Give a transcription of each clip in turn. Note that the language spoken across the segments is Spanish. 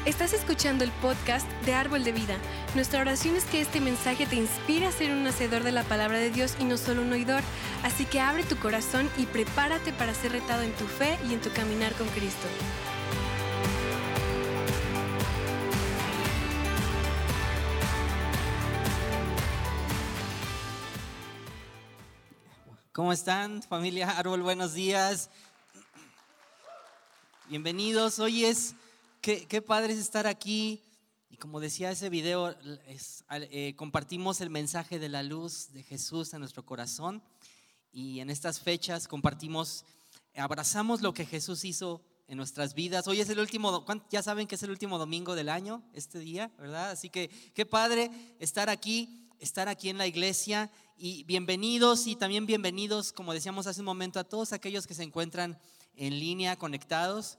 Estás escuchando el podcast de Árbol de Vida. Nuestra oración es que este mensaje te inspire a ser un hacedor de la palabra de Dios y no solo un oidor. Así que abre tu corazón y prepárate para ser retado en tu fe y en tu caminar con Cristo. ¿Cómo están, familia Árbol? Buenos días. Bienvenidos. Hoy qué padre es estar aquí. Y como decía ese video, compartimos el mensaje de la luz de Jesús en nuestro corazón. Y en estas fechas abrazamos lo que Jesús hizo en nuestras vidas. Hoy es el último, ya saben que es el último domingo del año, este día, ¿verdad? Así que qué padre estar aquí en la iglesia. Y bienvenidos y también bienvenidos, como decíamos hace un momento, a todos aquellos que se encuentran en línea, conectados.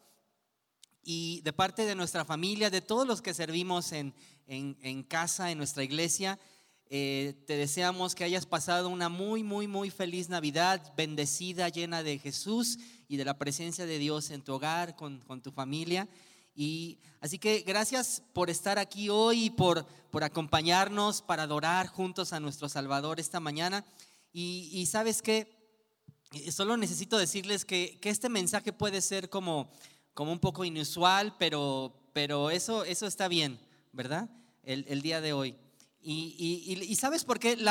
Y de parte de nuestra familia, de todos los que servimos en casa, en nuestra iglesia, te deseamos que hayas pasado una muy feliz Navidad, bendecida, llena de Jesús y de la presencia de Dios en tu hogar, con tu familia. Y así que gracias por estar aquí hoy y por acompañarnos para adorar juntos a nuestro Salvador esta mañana. Y ¿sabes qué? Solo necesito decirles que este mensaje puede ser como un poco inusual, pero eso está bien, ¿verdad? El día de hoy. Y ¿sabes por qué?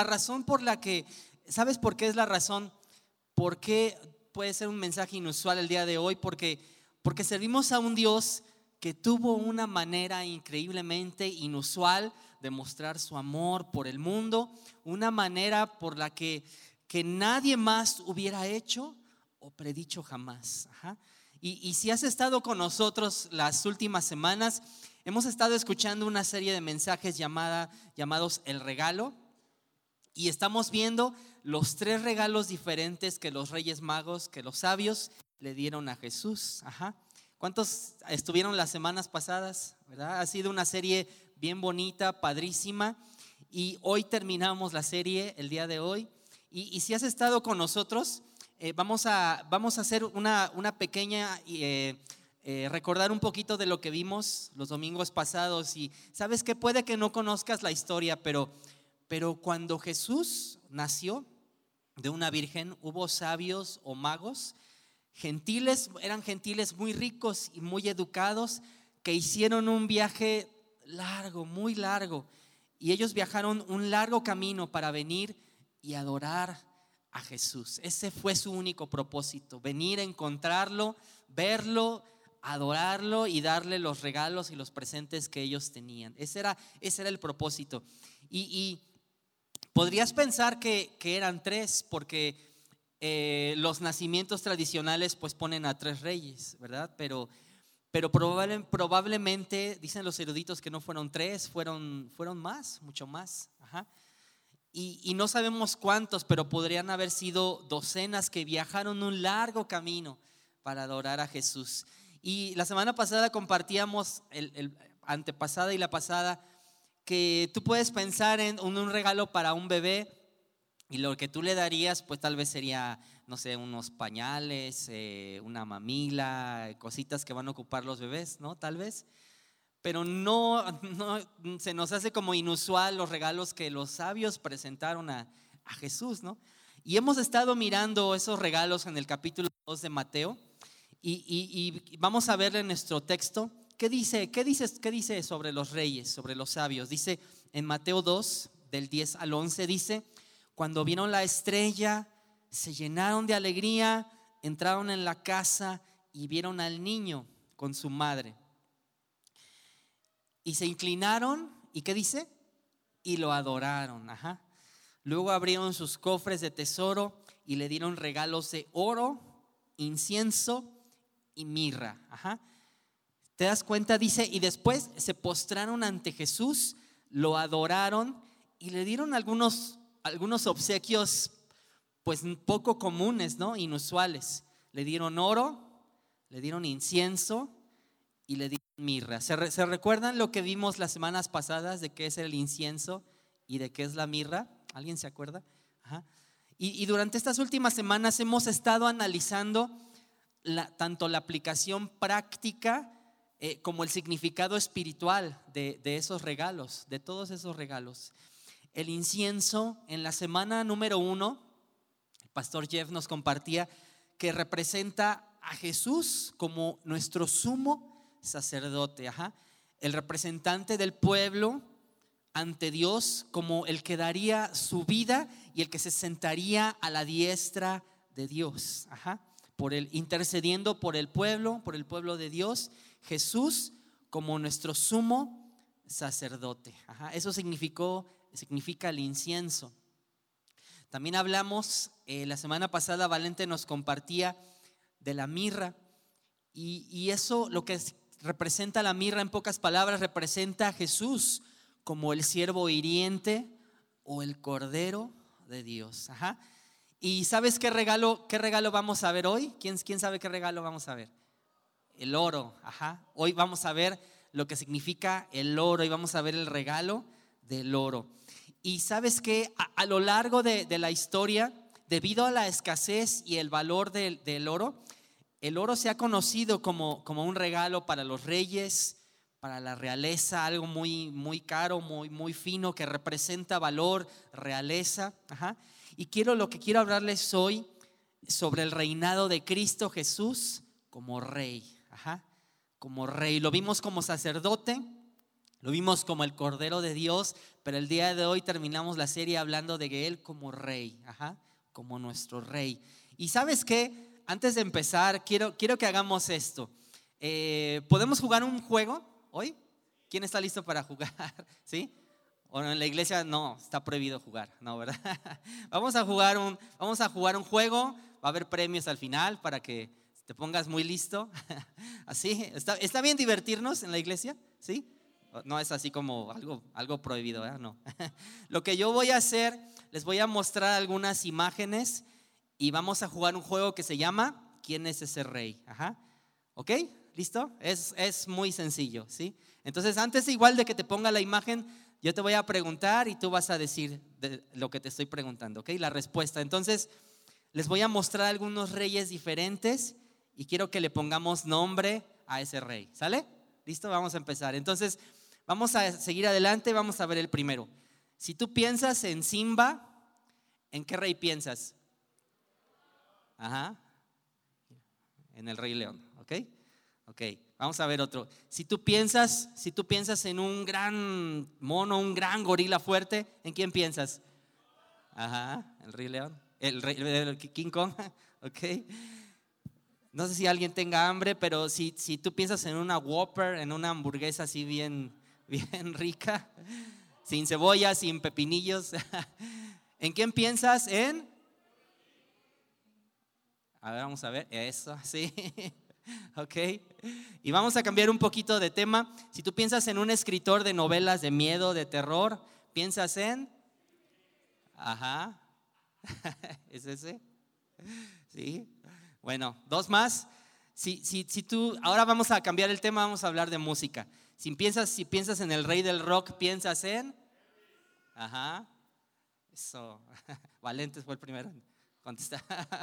¿Sabes por qué es la razón? ¿Por qué puede ser un mensaje inusual el día de hoy? Porque servimos a un Dios que tuvo una manera increíblemente inusual de mostrar su amor por el mundo, una manera por la que nadie más hubiera hecho o predicho jamás. Ajá. Y si has estado con nosotros las últimas semanas, hemos estado escuchando una serie de mensajes llamados El Regalo, y estamos viendo los 3 regalos diferentes que los Reyes Magos, que los sabios le dieron a Jesús. Ajá. ¿Cuántos estuvieron las semanas pasadas? ¿Verdad? Ha sido una serie bien bonita, padrísima, y hoy terminamos la serie el día de hoy. Y si has estado con nosotros, vamos a hacer una pequeña recordar un poquito de lo que vimos los domingos pasados. Y sabes que puede que no conozcas la historia, pero cuando Jesús nació de una virgen, hubo sabios o magos gentiles, eran gentiles muy ricos y muy educados, que hicieron un viaje largo, muy largo, y ellos viajaron un largo camino para venir y adorar a Jesús. Ese fue su único propósito: venir a encontrarlo, verlo, adorarlo y darle los regalos y los presentes que ellos tenían. Ese era el propósito. Y podrías pensar que eran 3, porque los nacimientos tradicionales pues ponen a 3 reyes, ¿verdad? Pero probablemente dicen los eruditos que no fueron 3, fueron más, mucho más. Ajá. Y no sabemos cuántos, pero podrían haber sido docenas que viajaron un largo camino para adorar a Jesús. Y la semana pasada compartíamos, antepasada y la pasada, que tú puedes pensar en un regalo para un bebé, y lo que tú le darías pues tal vez sería, no sé, unos pañales, una mamila, cositas que van a ocupar los bebés, ¿no? Tal vez. Pero no se nos hace como inusual los regalos que los sabios presentaron a Jesús, ¿no? Y hemos estado mirando esos regalos en el capítulo 2 de Mateo, y vamos a ver en nuestro texto qué dice sobre los reyes, sobre los sabios. Dice en Mateo 2, del 10 al 11, dice: cuando vieron la estrella, se llenaron de alegría, entraron en la casa y vieron al niño con su madre. Y se inclinaron, ¿y qué dice? Y lo adoraron. Ajá. Luego abrieron sus cofres de tesoro y le dieron regalos de oro, incienso y mirra. Ajá. ¿Te das cuenta? Dice, y después se postraron ante Jesús, lo adoraron y le dieron algunos obsequios pues poco comunes, ¿no? Inusuales. Le dieron oro, le dieron incienso y le dieron mirra. ¿Se recuerdan lo que vimos las semanas pasadas de qué es el incienso y de qué es la mirra? ¿Alguien se acuerda? Ajá. Y durante estas últimas semanas hemos estado analizando tanto la aplicación práctica como el significado espiritual de esos regalos, de todos esos regalos. El incienso, en la semana número 1, el pastor Jeff nos compartía que representa a Jesús como nuestro sumo sacerdote, el representante del pueblo ante Dios, como el que daría su vida y el que se sentaría a la diestra de Dios, intercediendo por el pueblo de Dios. Jesús como nuestro sumo sacerdote. Eso significa el incienso. También hablamos, la semana pasada Valente nos compartía de la mirra, y eso, lo que representa la mirra, en pocas palabras, representa a Jesús como el siervo hiriente o el cordero de Dios. ¿Y sabes qué regalo vamos a ver hoy? ¿Quién sabe qué regalo vamos a ver? El oro. Hoy vamos a ver lo que significa el oro y vamos a ver el regalo del oro. Y sabes que a lo largo de la historia, debido a la escasez y el valor del oro, el oro se ha conocido como un regalo para los reyes, para la realeza, algo muy, muy caro, muy, muy fino, que representa valor, realeza. Y lo que quiero hablarles hoy sobre el reinado de Cristo Jesús como rey. Como rey. Lo vimos como sacerdote, lo vimos como el Cordero de Dios, pero el día de hoy terminamos la serie hablando de Él como rey, como nuestro rey. Y ¿sabes qué? Antes de empezar, quiero que hagamos esto. ¿Podemos jugar un juego hoy? ¿Quién está listo para jugar? ¿Sí? O en la iglesia no, está prohibido jugar, ¿no, verdad? Vamos a jugar un juego, va a haber premios al final para que te pongas muy listo. Así, ¿está bien divertirnos en la iglesia? ¿Sí? No es así como algo prohibido, ¿verdad? No. Lo que yo voy a hacer, les voy a mostrar algunas imágenes y vamos a jugar un juego que se llama ¿Quién es ese rey? ¿Ok? ¿Listo? Es muy sencillo, ¿sí? Entonces, antes igual de que te ponga la imagen, yo te voy a preguntar y tú vas a decir lo que te estoy preguntando, ¿ok? La respuesta. Entonces, les voy a mostrar algunos reyes diferentes y quiero que le pongamos nombre a ese rey, ¿sale? ¿Listo? Vamos a empezar. Entonces, vamos a seguir adelante, vamos a ver el primero. Si tú piensas en Simba, ¿en qué rey piensas? En el Rey León, ¿ok? Vamos a ver otro. Si tú piensas en un gran mono, un gran gorila fuerte, ¿en quién piensas? El Rey León, el King Kong, ¿ok? No sé si alguien tenga hambre, pero si tú piensas en una Whopper, en una hamburguesa así bien rica, sin cebolla, sin pepinillos, ¿en quién piensas? A ver, vamos a ver, eso, sí, ok. Y vamos a cambiar un poquito de tema. Si tú piensas en un escritor de novelas de miedo, de terror, ¿piensas en? ¿Es ese? Sí. Bueno, dos más. Si tú, ahora vamos a cambiar el tema, vamos a hablar de música. Si piensas en el rey del rock, ¿piensas en? Eso. Valentes fue el primero en contestar.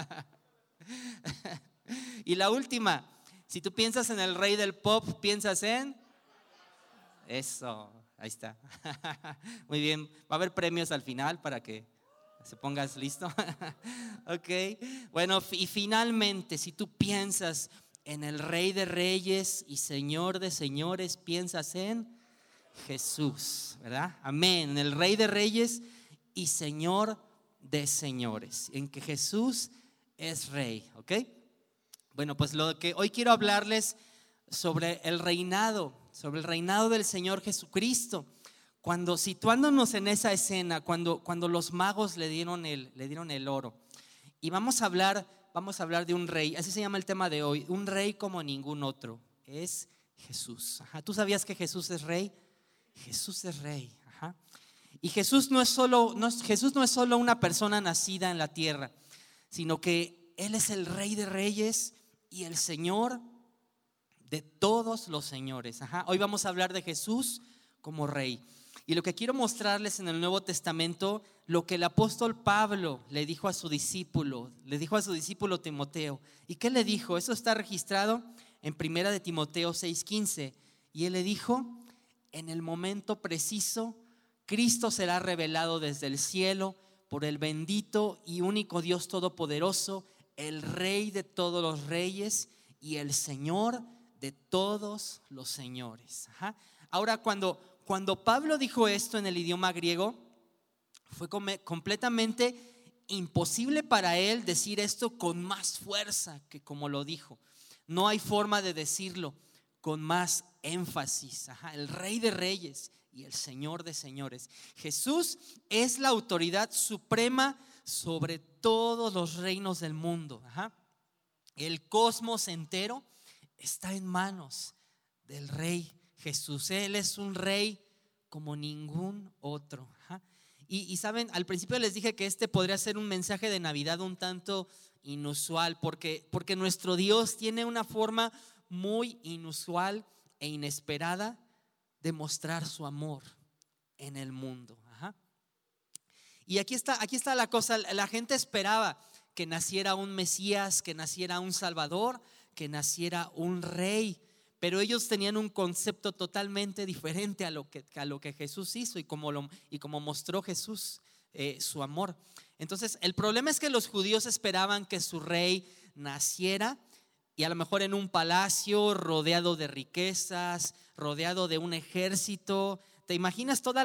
Y la última, si tú piensas en el rey del pop, ¿piensas en? Eso, ahí está. Muy bien, va a haber premios al final para que se pongas listo. Ok, bueno, y finalmente, si tú piensas en el Rey de Reyes y Señor de Señores, piensas en Jesús, ¿verdad? Amén, en el Rey de Reyes y Señor de Señores, en que Jesús es Rey, ¿ok? Bueno, pues lo que hoy quiero hablarles sobre el reinado del Señor Jesucristo. Cuando situándonos en esa escena, cuando los magos le dieron el oro, y vamos a hablar de un rey, así se llama el tema de hoy, un rey como ningún otro, es Jesús. ¿Tú sabías que Jesús es rey? Jesús es rey. Y Jesús no es solo una persona nacida en la tierra, sino que Él es el Rey de Reyes y el Señor de todos los señores. Hoy vamos a hablar de Jesús como rey. Y lo que quiero mostrarles en el Nuevo Testamento, lo que el apóstol Pablo le dijo a su discípulo Timoteo. ¿Y qué le dijo? Eso está registrado en 1 de Timoteo 6:15, y él le dijo: en el momento preciso, Cristo será revelado desde el cielo por el bendito y único Dios Todopoderoso, el Rey de todos los reyes y el Señor de todos los señores. Ahora, cuando Pablo dijo esto en el idioma griego, fue completamente imposible para él decir esto con más fuerza que como lo dijo. No hay forma de decirlo con más énfasis. El Rey de reyes y el Señor de señores. Jesús es la autoridad suprema sobre todos los reinos del mundo. El cosmos entero está en manos del Rey Jesús. Él es un rey como ningún otro. Y saben, al principio les dije que este podría ser un mensaje de Navidad un tanto inusual, porque nuestro Dios tiene una forma muy inusual e inesperada de mostrar su amor en el mundo. Y aquí está la cosa. La gente esperaba que naciera un Mesías, que naciera un Salvador, que naciera un rey, pero ellos tenían un concepto totalmente diferente a lo que Jesús hizo y como mostró Jesús su amor. Entonces el problema es que los judíos esperaban que su rey naciera, y a lo mejor en un palacio rodeado de riquezas, rodeado de un ejército. ¿Te imaginas toda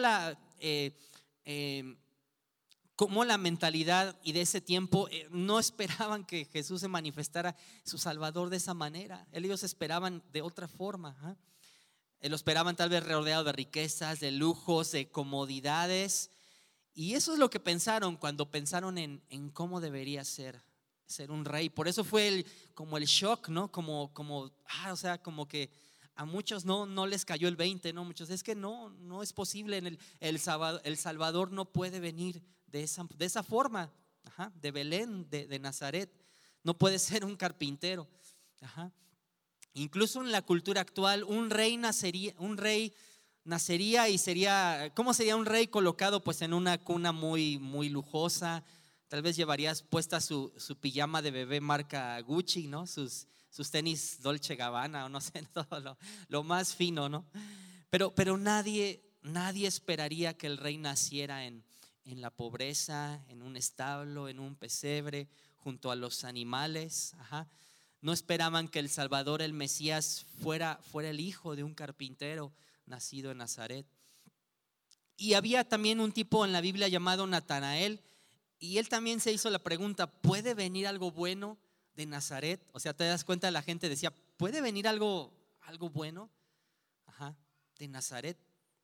cómo la mentalidad y de ese tiempo no esperaban que Jesús se manifestara su Salvador de esa manera? Ellos esperaban de otra forma. Lo esperaban tal vez rodeado de riquezas, de lujos, de comodidades. Y eso es lo que pensaron cuando pensaron en cómo debería ser un rey. Por eso fue como el shock, ¿no? Como que a muchos no les cayó el 20, ¿no? Muchos, es que no es posible. El Salvador no puede venir de esa forma, de Belén, de Nazaret. No puede ser un carpintero. Incluso en la cultura actual, un rey nacería y sería, ¿cómo sería un rey colocado? Pues en una cuna muy, muy lujosa. Tal vez llevarías puesta su pijama de bebé marca Gucci, ¿no? Sus tenis Dolce Gabbana, o no sé, todo lo más fino, ¿no? Pero nadie esperaría que el rey naciera en la pobreza, en un establo, en un pesebre, junto a los animales. No esperaban que el Salvador, el Mesías, fuera el hijo de un carpintero nacido en Nazaret. Y había también un tipo en la Biblia llamado Natanael, y él también se hizo la pregunta: ¿puede venir algo bueno de Nazaret? O sea, te das cuenta, la gente decía: ¿puede venir algo bueno de Nazaret?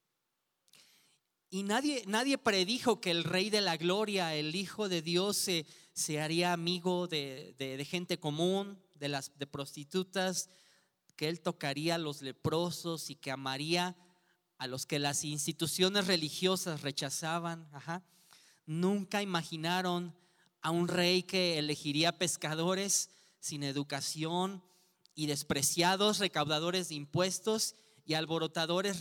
Y nadie predijo que el Rey de la Gloria, el Hijo de Dios, se haría amigo de gente común, de prostitutas, que él tocaría a los leprosos y que amaría a los que las instituciones religiosas rechazaban. Nunca imaginaron a un rey que elegiría pescadores sin educación y despreciados recaudadores de impuestos y alborotadores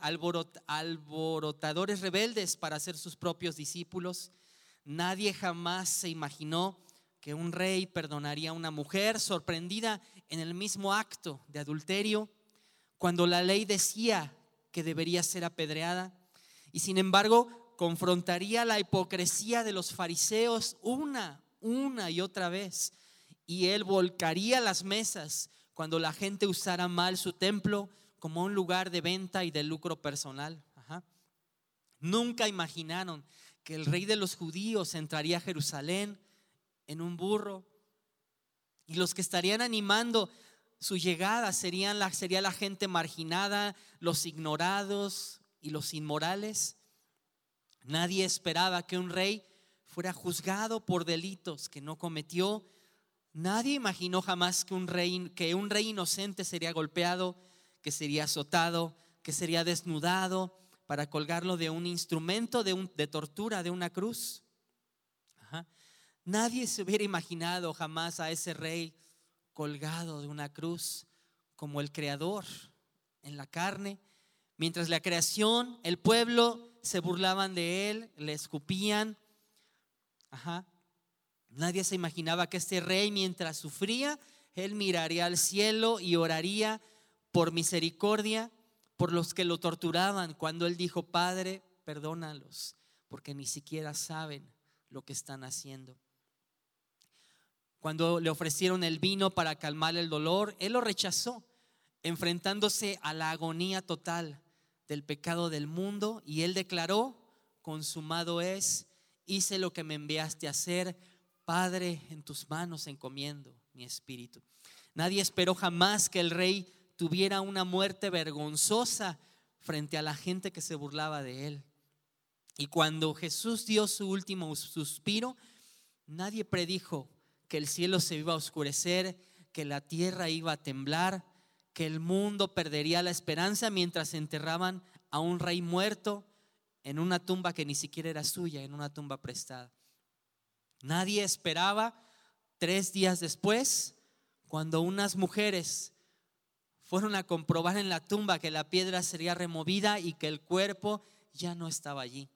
rebeldes para ser sus propios discípulos. Nadie jamás se imaginó que un rey perdonaría a una mujer sorprendida en el mismo acto de adulterio, cuando la ley decía que debería ser apedreada, y sin embargo confrontaría la hipocresía de los fariseos una y otra vez, y él volcaría las mesas cuando la gente usara mal su templo como un lugar de venta y de lucro personal. Nunca imaginaron que el rey de los judíos entraría a Jerusalén en un burro, y los que estarían animando su llegada sería la gente marginada, los ignorados y los inmorales. Nadie esperaba que un rey fuera juzgado por delitos que no cometió. Nadie imaginó jamás que un rey inocente sería golpeado, que sería azotado, que sería desnudado para colgarlo de un instrumento de tortura, de una cruz. Nadie se hubiera imaginado jamás a ese rey colgado de una cruz como el Creador en la carne, mientras la creación, el pueblo, se burlaban de él, le escupían. Nadie se imaginaba que este rey, mientras sufría Él miraría al cielo y oraría por misericordia por los que lo torturaban, cuando él dijo: Padre, perdónalos, porque ni siquiera saben lo que están haciendo. Cuando le ofrecieron el vino para calmar el dolor, él lo rechazó, enfrentándose a la agonía total del pecado del mundo, y él declaró: consumado es, hice lo que me enviaste a hacer, Padre, en tus manos encomiendo mi espíritu. Nadie esperó jamás que el rey tuviera una muerte vergonzosa frente a la gente que se burlaba de él. Y cuando Jesús dio su último suspiro, nadie predijo que el cielo se iba a oscurecer, que la tierra iba a temblar, que el mundo perdería la esperanza mientras enterraban a un rey muerto en una tumba que ni siquiera era suya, en una tumba prestada. Nadie esperaba 3 días después, cuando unas mujeres fueron a comprobar en la tumba que la piedra sería removida y que el cuerpo ya no estaba allí.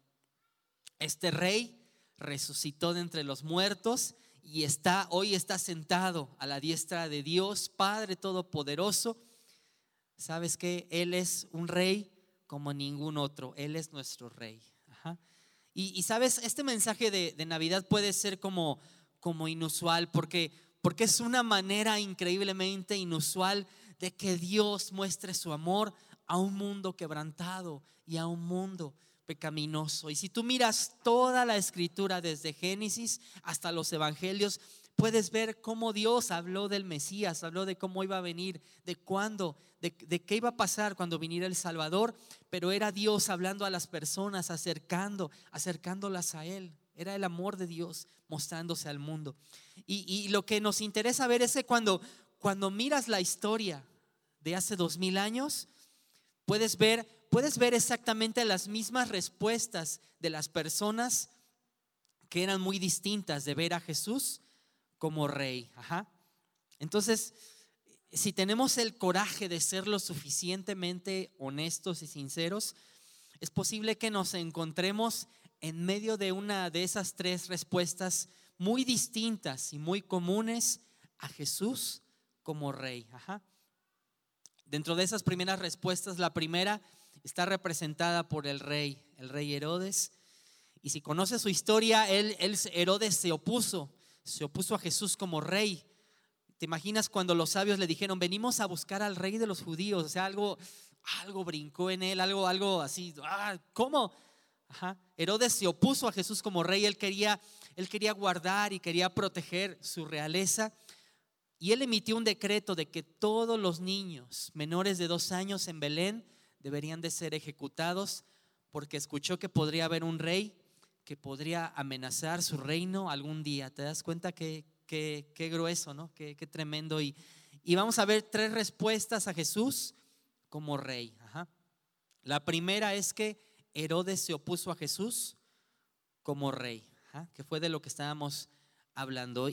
Este rey resucitó de entre los muertos y hoy está sentado a la diestra de Dios Padre Todopoderoso. ¿Sabes qué? Él es un rey como ningún otro. Él es nuestro rey. Ajá. Y sabes, este mensaje de Navidad puede ser como inusual, porque es una manera increíblemente inusual de que Dios muestre su amor a un mundo quebrantado y a un mundo pecaminoso. Y si tú miras toda la escritura desde Génesis hasta los evangelios, puedes ver cómo Dios habló del Mesías, habló de cómo iba a venir, de cuándo, de qué iba a pasar cuando viniera el Salvador. Pero era Dios hablando a las personas, acercándolas a Él. Era el amor de Dios mostrándose al mundo. Y lo que nos interesa ver es que cuando miras la historia de hace 2000 años, puedes ver exactamente las mismas respuestas de las personas que eran muy distintas de ver a Jesús como rey. Ajá. Entonces, si tenemos el coraje de ser lo suficientemente honestos y sinceros, es posible que nos encontremos en medio de una de esas 3 respuestas muy distintas y muy comunes a Jesús como rey. Ajá. Dentro de esas primeras respuestas, la primera está representada por el rey Herodes. Y si conoces su historia, Herodes se opuso a Jesús como rey. ¿Te imaginas cuando los sabios le dijeron: venimos a buscar al rey de los judíos? O sea, algo brincó en él, algo así. ¿Cómo? Ajá. Herodes se opuso a Jesús como rey. Él quería guardar y quería proteger su realeza. Y él emitió un decreto de que todos los niños menores de 2 años en Belén deberían de ser ejecutados, porque escuchó que podría haber un rey que podría amenazar su reino algún día. ¿Te das cuenta qué grueso, ¿no? Qué tremendo. Y vamos a ver 3 respuestas a Jesús como rey. Ajá. La primera es que Herodes se opuso a Jesús como rey. Ajá. Que fue de lo que estábamos hablando.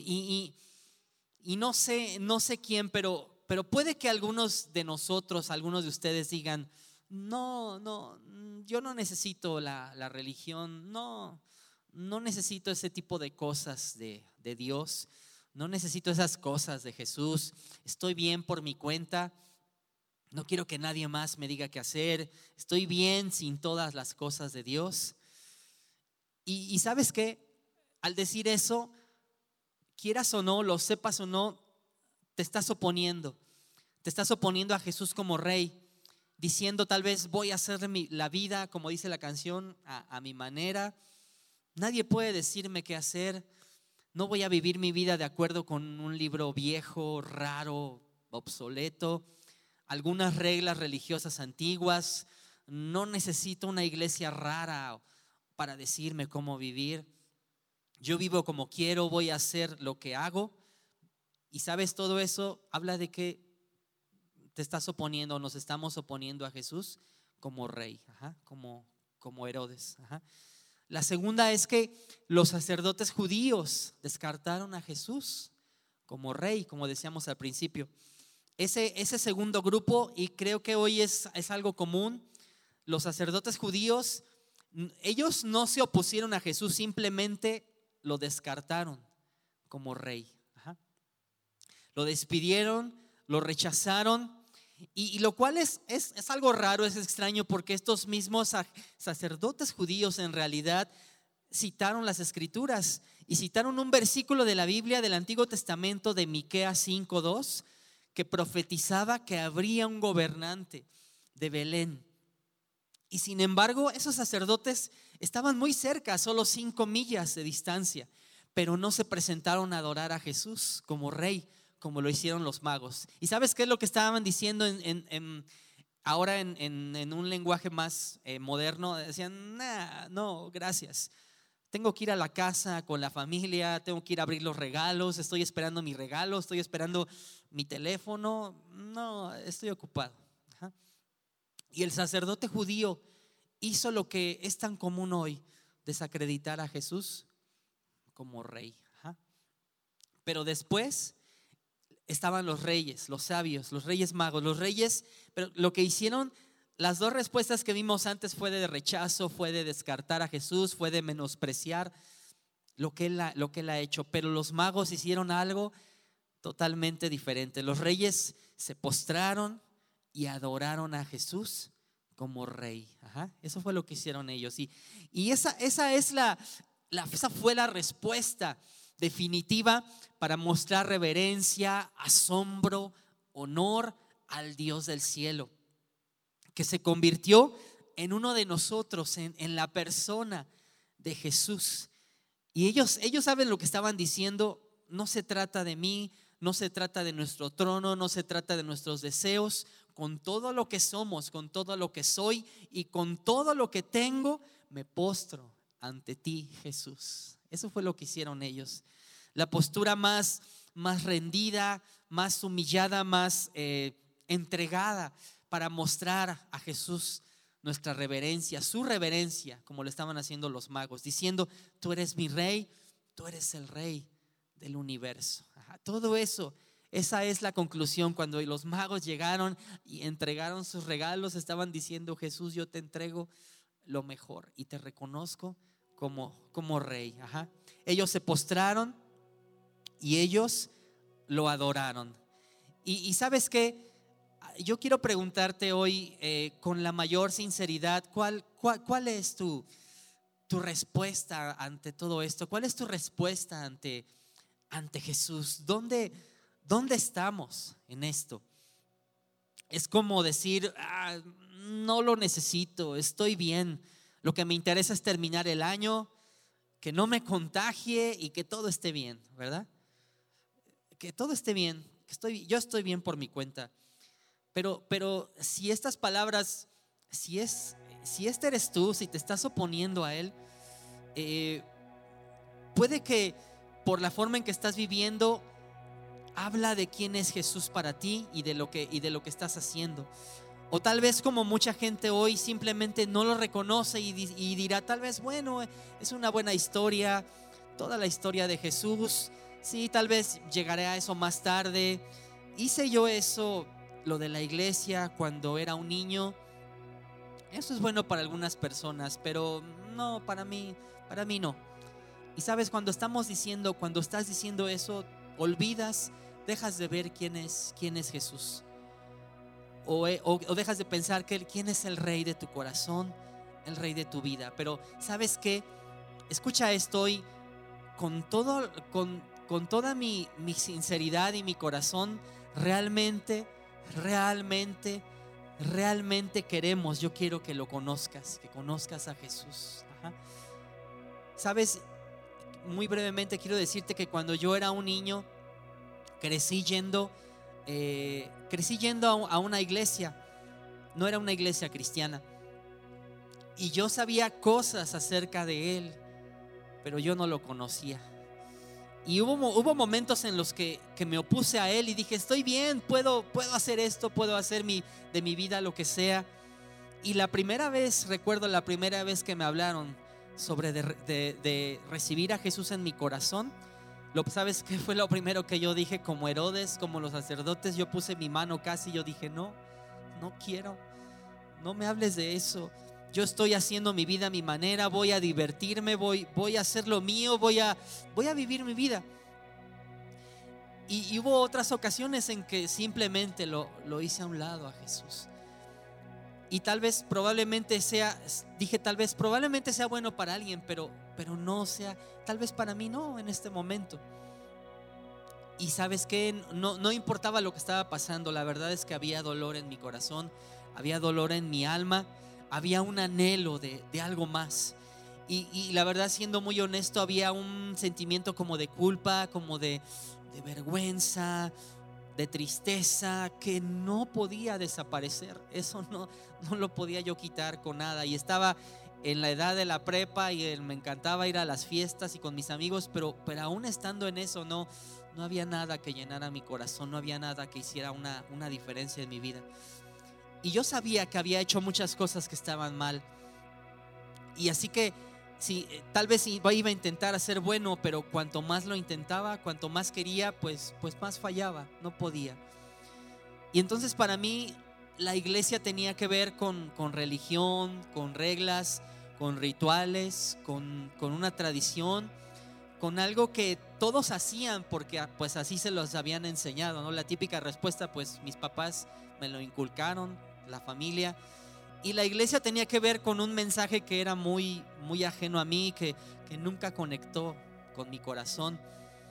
Y no sé quién, pero puede que algunos de nosotros, algunos de ustedes digan: no, yo no necesito la religión, no necesito ese tipo de cosas de Dios, no necesito esas cosas de Jesús, estoy bien por mi cuenta, no quiero que nadie más me diga qué hacer, estoy bien sin todas las cosas de Dios. Y ¿sabes qué? Al decir eso, quieras o no, lo sepas o no, te estás oponiendo a Jesús como rey, diciendo: tal vez voy a hacer la vida, como dice la canción, a mi manera. Nadie puede decirme qué hacer. No voy a vivir mi vida de acuerdo con un libro viejo, raro, obsoleto, algunas reglas religiosas antiguas. No necesito una iglesia rara para decirme cómo vivir. Yo vivo como quiero, voy a hacer lo que hago. Y sabes, todo eso habla de que te estás oponiendo, nos estamos oponiendo a Jesús como rey, ajá, como Herodes. Ajá. La segunda es que los sacerdotes judíos descartaron a Jesús como rey, como decíamos al principio. Ese segundo grupo, y creo que hoy es algo común, los sacerdotes judíos, ellos no se opusieron a Jesús, simplemente lo descartaron como rey. Ajá. Lo despidieron, lo rechazaron. Y lo cual es algo raro, es extraño, porque estos mismos sacerdotes judíos en realidad citaron las escrituras y citaron un versículo de la Biblia del Antiguo Testamento de Miqueas 5:2 que profetizaba que habría un gobernante de Belén. Y sin embargo, esos sacerdotes estaban muy cerca, a solo 5 millas de distancia, pero no se presentaron a adorar a Jesús como rey, como lo hicieron los magos. ¿Y sabes qué es lo que estaban diciendo ahora en un lenguaje más moderno? Decían, no, gracias. Tengo que ir a la casa con la familia, tengo que ir a abrir los regalos, estoy esperando mi regalo, estoy esperando mi teléfono. No, estoy ocupado. Ajá. Y el sacerdote judío hizo lo que es tan común hoy, desacreditar a Jesús como rey. Ajá. Pero después estaban los reyes, los sabios, los reyes magos, los reyes, pero lo que hicieron, las dos respuestas que vimos antes fue de rechazo, fue de descartar a Jesús, fue de menospreciar lo que él ha hecho, pero los magos hicieron algo totalmente diferente. Los reyes se postraron y adoraron a Jesús como rey. Ajá, eso fue lo que hicieron ellos. Y esa fue la respuesta definitiva para mostrar reverencia, asombro, honor al Dios del cielo, que se convirtió en uno de nosotros, en la persona de Jesús. Y ellos saben lo que estaban diciendo. No se trata de mí, no se trata de nuestro trono, no se trata de nuestros deseos. Con todo lo que somos, con todo lo que soy y con todo lo que tengo, me postro ante ti, Jesús. Eso fue lo que hicieron ellos. La postura más rendida, más humillada, más entregada para mostrar a Jesús nuestra reverencia, su reverencia, como lo estaban haciendo los magos, diciendo: tú eres mi rey, tú eres el rey del universo. Ajá, todo eso, esa es la conclusión. Cuando los magos llegaron y entregaron sus regalos, estaban diciendo: Jesús, yo te entrego lo mejor y te reconozco como rey. Ajá. Ellos se postraron y ellos lo adoraron. Y ¿sabes qué? Yo quiero preguntarte hoy con la mayor sinceridad, ¿cuál es tu respuesta ante todo esto? ¿Cuál es tu respuesta ante Jesús? ¿Dónde estamos en esto? Es como decir: no lo necesito, estoy bien. Lo que me interesa es terminar el año, que no me contagie y que todo esté bien, ¿verdad? Que todo esté bien, yo estoy bien por mi cuenta. Pero si estas palabras, si este eres tú, si te estás oponiendo a Él, puede que por la forma en que estás viviendo habla de quién es Jesús para ti y de lo que estás haciendo. O tal vez, como mucha gente hoy, simplemente no lo reconoce y dirá tal vez: bueno, es una buena historia, toda la historia de Jesús. Sí, tal vez llegaré a eso más tarde. Hice yo eso, lo de la iglesia, cuando era un niño. Eso es bueno para algunas personas, pero no, para mí no. Y sabes, cuando estás diciendo eso, olvidas, dejas de ver quién es Jesús. O dejas de pensar quién es el rey de tu corazón, el rey de tu vida. Pero ¿sabes qué? Escucha esto hoy con toda mi sinceridad y mi corazón. Realmente queremos, yo quiero que lo conozcas, que conozcas a Jesús. Ajá. ¿Sabes? Muy brevemente quiero decirte que cuando yo era un niño, crecí yendo a una iglesia. No era una iglesia cristiana, y yo sabía cosas acerca de Él, pero yo no lo conocía. Y hubo momentos en los que me opuse a Él y dije: estoy bien, puedo hacer esto, puedo hacer de mi vida lo que sea. Y recuerdo la primera vez que me hablaron sobre de recibir a Jesús en mi corazón. ¿Sabes qué fue lo primero que yo dije? Como Herodes, como los sacerdotes, yo puse mi mano casi. Yo dije: no quiero, no me hables de eso. Yo estoy haciendo mi vida a mi manera, voy a divertirme, voy a hacer lo mío, voy a vivir mi vida. Y hubo otras ocasiones en que simplemente lo hice a un lado a Jesús. Y tal vez probablemente sea bueno para alguien, pero no sea, tal vez para mí no en este momento. Y sabes que no importaba lo que estaba pasando, la verdad es que había dolor en mi corazón, había dolor en mi alma, había un anhelo de algo más. Y la verdad, siendo muy honesto, había un sentimiento como de culpa, como de vergüenza, de tristeza, que no podía desaparecer. Eso no lo podía yo quitar con nada. Y estaba en la edad de la prepa y me encantaba ir a las fiestas y con mis amigos, pero aún estando en eso no había nada que llenara mi corazón, no había nada que hiciera una diferencia en mi vida. Y yo sabía que había hecho muchas cosas que estaban mal. Y así que sí, tal vez iba a intentar hacer bueno, pero cuanto más lo intentaba, cuanto más quería, pues más fallaba, no podía. Y entonces para mí la iglesia tenía que ver con religión, con reglas, con rituales, con una tradición, con algo que todos hacían porque pues así se los habían enseñado, ¿no? La típica respuesta, pues mis papás me lo inculcaron, la familia. Y la iglesia tenía que ver con un mensaje que era muy, muy ajeno a mí, que nunca conectó con mi corazón.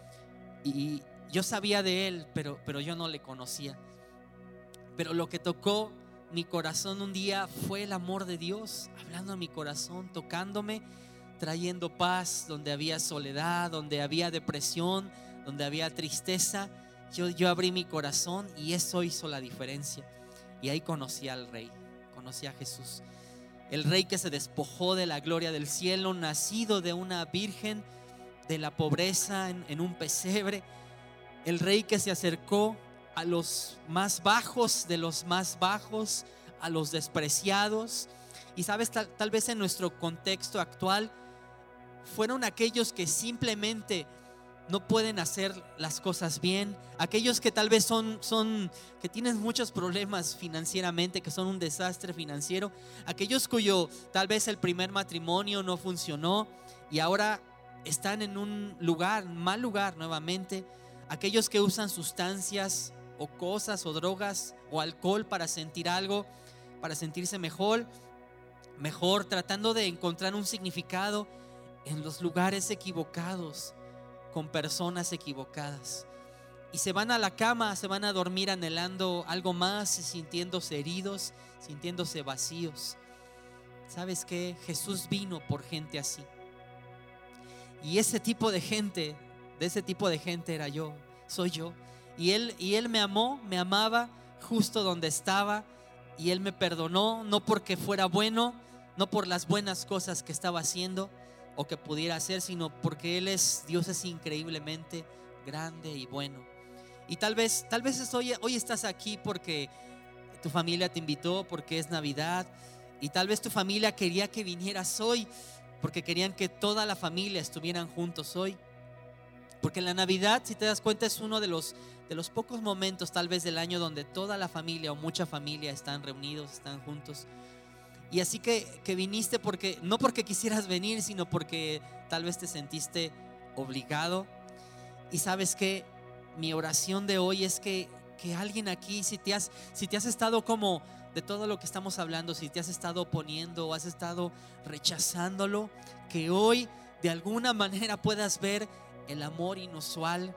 Y yo sabía de él, pero yo no le conocía. Pero lo que tocó mi corazón un día fue el amor de Dios, hablando a mi corazón, tocándome, trayendo paz donde había soledad, donde había depresión, donde había tristeza. Yo abrí mi corazón y eso hizo la diferencia. Y ahí conocí al Rey. Conocí a Jesús, el Rey que se despojó de la gloria del cielo, nacido de una virgen, de la pobreza en un pesebre, el Rey que se acercó a los más bajos de los más bajos, a los despreciados. Y sabes, tal vez en nuestro contexto actual fueron aquellos que simplemente no pueden hacer las cosas bien, aquellos que tal vez que tienen muchos problemas financieramente, que son un desastre financiero, aquellos cuyo tal vez el primer matrimonio no funcionó y ahora están en un mal lugar nuevamente, aquellos que usan sustancias o cosas o drogas o alcohol para sentir algo, para sentirse mejor, tratando de encontrar un significado en los lugares equivocados, con personas equivocadas, y se van a la cama, se van a dormir anhelando algo más, sintiéndose heridos, sintiéndose vacíos. ¿Sabes qué? Jesús vino por gente así, y de ese tipo de gente era yo, soy yo. Y él me amaba justo donde estaba, y él me perdonó, no porque fuera bueno, no por las buenas cosas que estaba haciendo o que pudiera hacer, sino porque Dios es increíblemente grande y bueno. Y tal vez hoy estás aquí porque tu familia te invitó, porque es Navidad, y tal vez tu familia quería que vinieras hoy porque querían que toda la familia estuvieran juntos hoy. Porque la Navidad, si te das cuenta, es uno de los pocos momentos tal vez del año donde toda la familia o mucha familia están reunidos, están juntos. Y así que viniste no porque quisieras venir, sino porque tal vez te sentiste obligado. Y sabes que mi oración de hoy es que alguien aquí, si te has estado como de todo lo que estamos hablando, si te has estado oponiendo o has estado rechazándolo, que hoy de alguna manera puedas ver el amor inusual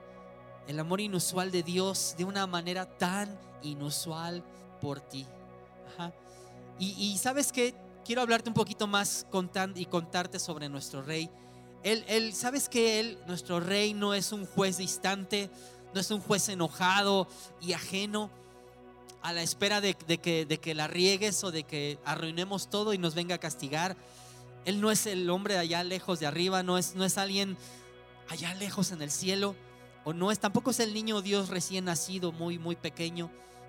de Dios de una manera tan inusual por ti. Ajá. Y sabes que quiero hablarte un poquito más y contarte sobre nuestro Rey. Sabes que nuestro Rey, no es un juez distante, no es un juez enojado y ajeno a la espera de que la riegues o de que arruinemos todo y nos venga a castigar. Él no es el hombre de allá lejos de arriba, no es alguien allá lejos en el cielo, tampoco es el niño Dios recién nacido, muy, muy pequeño.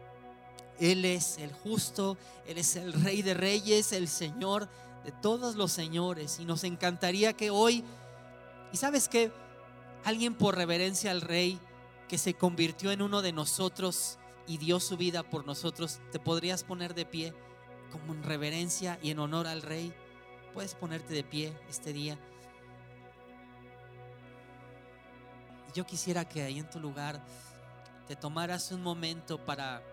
Él es el justo, Él es el Rey de Reyes, el Señor de todos los señores. Y nos encantaría que hoy, y sabes que alguien por reverencia al Rey que se convirtió en uno de nosotros y dio su vida por nosotros, te podrías poner de pie como en reverencia y en honor al Rey. Puedes ponerte de pie este día. Yo quisiera que ahí en tu lugar te tomaras un momento para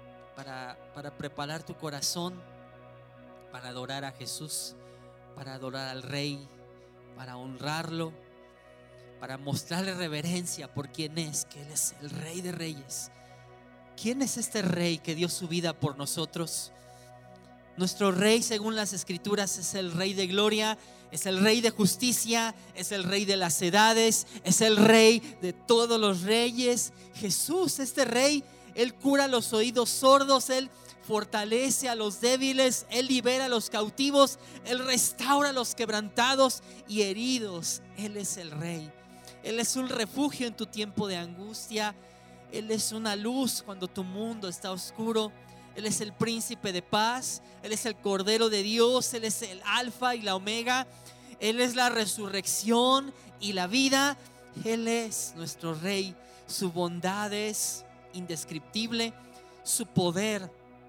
preparar tu corazón, para adorar a Jesús, para adorar al Rey, para honrarlo, para mostrarle reverencia por quién es, que Él es el Rey de Reyes. ¿Quién es este Rey que dio su vida por nosotros? Nuestro Rey, según las Escrituras, es el Rey de gloria, es el Rey de justicia, es el Rey de las edades, es el Rey de todos los reyes. Jesús, este Rey, Él cura los oídos sordos, Él fortalece a los débiles, Él libera a los cautivos, Él restaura a los quebrantados y heridos. Él es el Rey. Él es un refugio en tu tiempo de angustia. Él es una luz cuando tu mundo está oscuro. Él es el príncipe de paz. Él es el Cordero de Dios. Él es el Alfa y la Omega. Él es la resurrección y la vida. Él es nuestro Rey. Su bondad es indescriptible. Su poder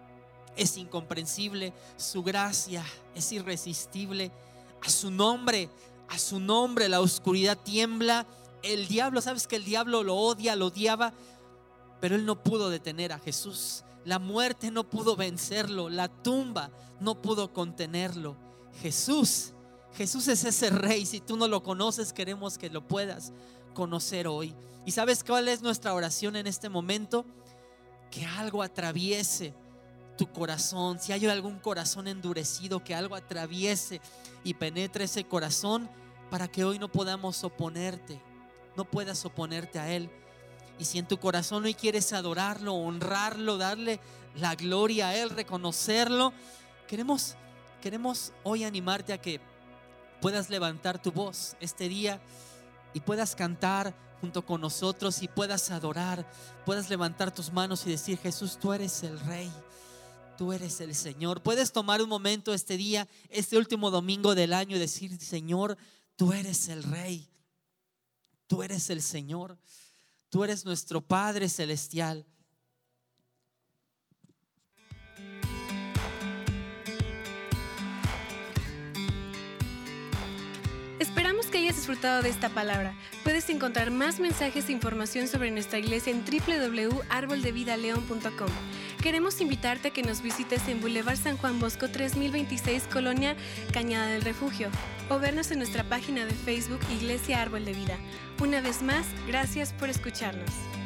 es incomprensible. Su gracia es irresistible. A su nombre la oscuridad tiembla. El diablo, sabes que el diablo lo odia, lo odiaba, pero él no pudo detener a Jesús. La muerte no pudo vencerlo, la tumba no pudo contenerlo. Jesús es ese Rey. Si tú no lo conoces, queremos que lo puedas conocer hoy. ¿Y sabes cuál es nuestra oración en este momento? Que algo atraviese tu corazón. Si hay algún corazón endurecido, que algo atraviese y penetre ese corazón, para que hoy no podamos oponerte, no puedas oponerte a Él. Y si en tu corazón hoy quieres adorarlo, honrarlo, darle la gloria a Él, reconocerlo, queremos hoy animarte a que puedas levantar tu voz este día y puedas cantar junto con nosotros y puedas adorar, puedas levantar tus manos y decir: Jesús, tú eres el Rey, tú eres el Señor. Puedes tomar un momento este día, este último domingo del año, y decir: Señor, tú eres el Rey, tú eres el Señor, tú eres nuestro Padre celestial. Esperamos que hayas disfrutado de esta palabra. Puedes encontrar más mensajes e información sobre nuestra iglesia en www.arboldevidaleon.com. Queremos invitarte a que nos visites en Boulevard San Juan Bosco 3026, Colonia Cañada del Refugio, o vernos en nuestra página de Facebook Iglesia Árbol de Vida. Una vez más, gracias por escucharnos.